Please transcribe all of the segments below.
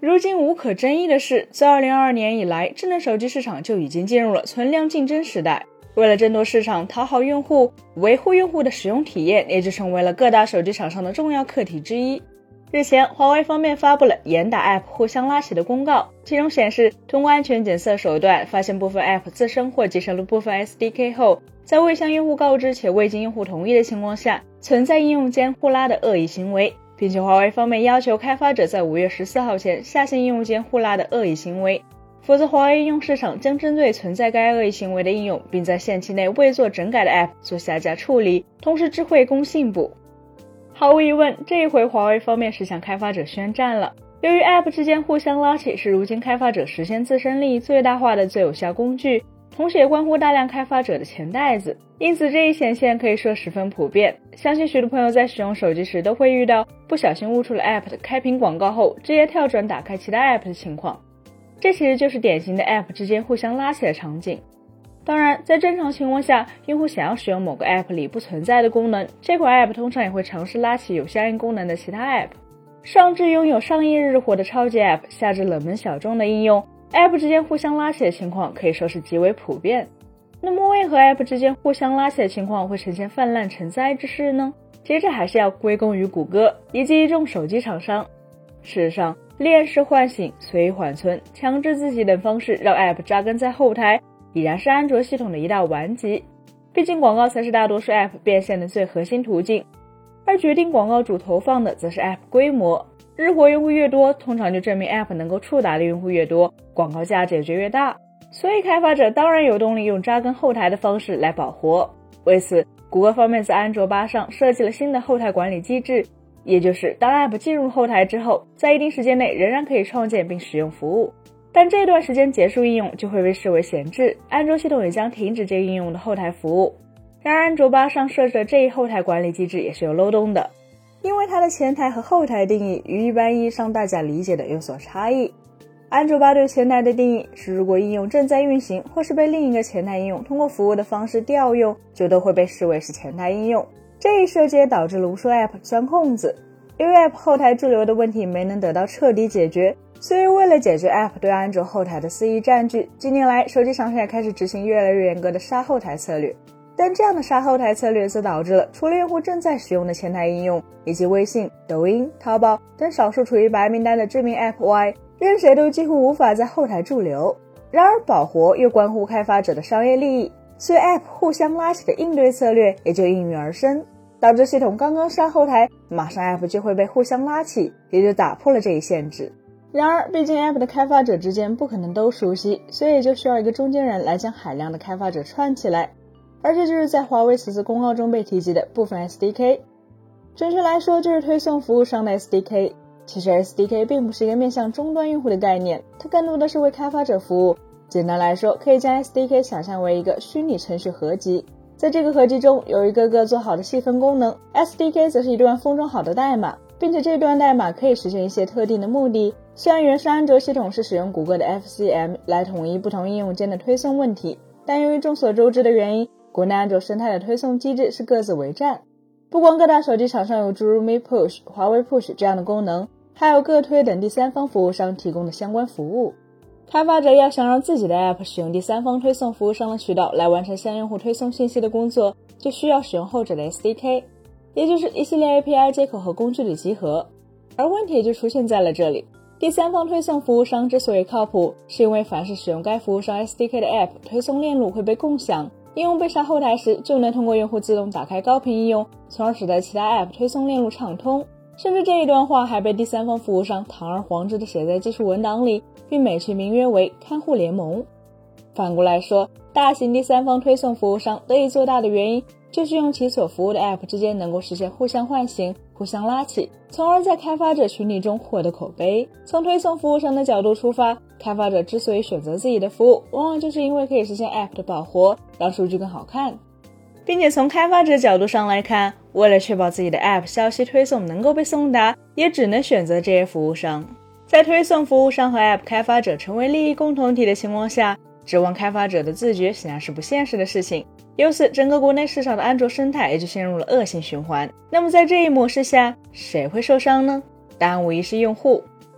如今无可争议的是，自2022年以来，智能手机市场就已经进入了存量竞争时代。为了争夺市场、讨好用户、维护用户的使用体验，也就成为了各大手机厂商的重要课题之一。日前，华为方面发布了严打 App 互相拉起的公告，其中显示，通过安全检测手段发现部分 App 自身或集成了部分 SDK 后，在未向用户告知且未经用户同意的情况下，存在应用间互拉的恶意行为，并且华为方面要求开发者在5月14号前下线应用间互拉的恶意行为，否则华为应用市场将针对存在该恶意行为的应用，并在限期内未做整改的 App 做下架处理，同时知会工信部。毫无疑问，这一回华为方面是向开发者宣战了。由于 App 之间互相拉起是如今开发者实现自身利益最大化的最有效工具，同时也关乎大量开发者的钱袋子，因此这一显现可以说十分普遍。相信许多朋友在使用手机时都会遇到不小心误触了 App 的开屏广告后直接跳转打开其他 App 的情况，这其实就是典型的 App 之间互相拉起的场景。当然，在正常情况下，用户想要使用某个 App 里不存在的功能，这款 App 通常也会尝试拉起有相应功能的其他 App。上至拥有上亿日活的超级 App， 下至冷门小众的应用， App 之间互相拉起的情况可以说是极为普遍。那么为何 App 之间互相拉起的情况会呈现泛滥成灾之势呢？其实这还是要归功于谷歌以及一众手机厂商。事实上，链式唤醒、随意缓存、强制自洗等方式让 App 扎根在后台，已然是安卓系统的一大顽疾。毕竟广告才是大多数 App 变现的最核心途径，而决定广告主投放的则是 App 规模。日活用户越多，通常就证明 App 能够触达的用户越多，广告价值也就越大。所以开发者当然有动力用扎根后台的方式来保活。为此，谷歌方面在安卓8上设计了新的后台管理机制，也就是当 App 进入后台之后，在一定时间内仍然可以创建并使用服务，但这段时间结束应用就会被视为闲置，安卓系统也将停止这一应用的后台服务。然而安卓8上设置的这一后台管理机制也是有漏洞的，因为它的前台和后台定义与一般意义上大家理解的有所差异。安卓8对前台的定义是，如果应用正在运行或是被另一个前台应用通过服务的方式调用，就都会被视为是前台应用。这一设计也导致了无数 App 钻空子，因为 App 后台驻留的问题没能得到彻底解决，所以为了解决 App 对安卓后台的肆意占据，近年来手机厂商也开始执行越来越严格的杀后台策略。但这样的杀后台策略则导致了除了用户正在使用的前台应用以及微信、抖音、淘宝等少数处于白名单的知名 App 外，任谁都几乎无法在后台驻留。然而保活又关乎开发者的商业利益，所以 App 互相拉起的应对策略也就应运而生，导致系统刚刚杀后台，马上 App 就会被互相拉起，也就打破了这一限制。然而毕竟 App 的开发者之间不可能都熟悉，所以也就需要一个中间人来将海量的开发者串起来，而这就是在华为此次公告中被提及的部分 SDK。 准确来说就是推送服务商的 SDK。 其实 SDK 并不是一个面向终端用户的概念，它更多的是为开发者服务。简单来说，可以将 SDK 想象为一个虚拟程序合集，在这个合集中有一个个做好的细分功能， SDK 则是一段封装好的代码，并且这段代码可以实现一些特定的目的。虽然原生安卓系统是使用谷歌的 FCM 来统一不同应用间的推送问题，但由于众所周知的原因，国内安卓生态的推送机制是各自为战。不光各大手机厂商有诸如 Mi Push、华为 Push 这样的功能，还有各推等第三方服务商提供的相关服务。开发者要想让自己的 App 使用第三方推送服务商的渠道来完成向用户推送信息的工作，就需要使用后者的 SDK， 也就是一系列 API 接口和工具的集合。而问题也就出现在了这里，第三方推送服务商之所以靠谱，是因为凡是使用该服务商 SDK 的 App， 推送链路会被共享，应用被杀后台时就能通过用户自动打开高频应用，从而使得其他 App 推送链路畅通。甚至这一段话还被第三方服务商堂而皇之地写在技术文档里，并美其名曰为看护联盟。反过来说，大型第三方推送服务商得以做大的原因，就是用其所服务的 App 之间能够实现互相唤醒、互相拉起，从而在开发者群体中获得口碑。从推送服务商的角度出发，开发者之所以选择自己的服务，往往就是因为可以实现 App 的保活，让数据更好看。并且从开发者角度上来看，为了确保自己的 App 消息推送能够被送达，也只能选择这些服务商。在推送服务商和 App 开发者成为利益共同体的情况下，指望开发者的自觉显然是不现实的事情，由此整个国内市场的安卓生态也就陷入了恶性循环。那么在这一模式下，谁会受伤呢？答案无疑是用户。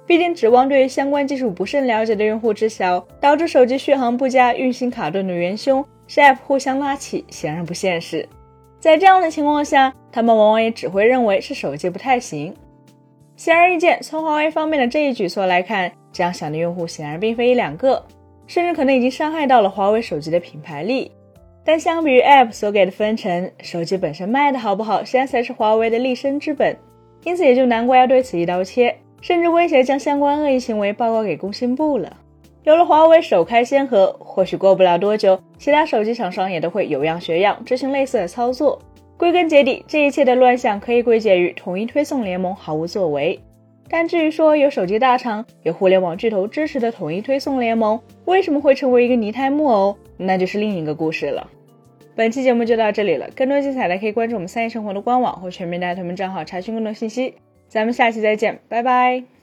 毕竟指望对于相关技术不甚了解的用户知晓，导致手机续航不佳、运行卡顿的元凶是 App 互相拉起，显然不现实。在这样的情况下，他们往往也只会认为是手机不太行。显而易见，从华为方面的这一举措来看，这样想的用户显然并非一两个，甚至可能已经伤害到了华为手机的品牌力。但相比于 App 所给的分成，手机本身卖的好不好，现在才是华为的立身之本，因此也就难怪要对此一刀切，甚至威胁将相关恶意行为报告给工信部了。有了华为首开先河，或许过不了多久，其他手机厂商也都会有样学样，执行类似的操作。归根结底，这一切的乱象可以归结于统一推送联盟毫无作为。但至于说有手机大厂、有互联网巨头支持的统一推送联盟为什么会成为一个泥胎木偶，那就是另一个故事了。本期节目就到这里了，更多精彩的可以关注我们三叶生活的官网或全民大同盟账号查询更多信息。咱们下期再见，拜拜。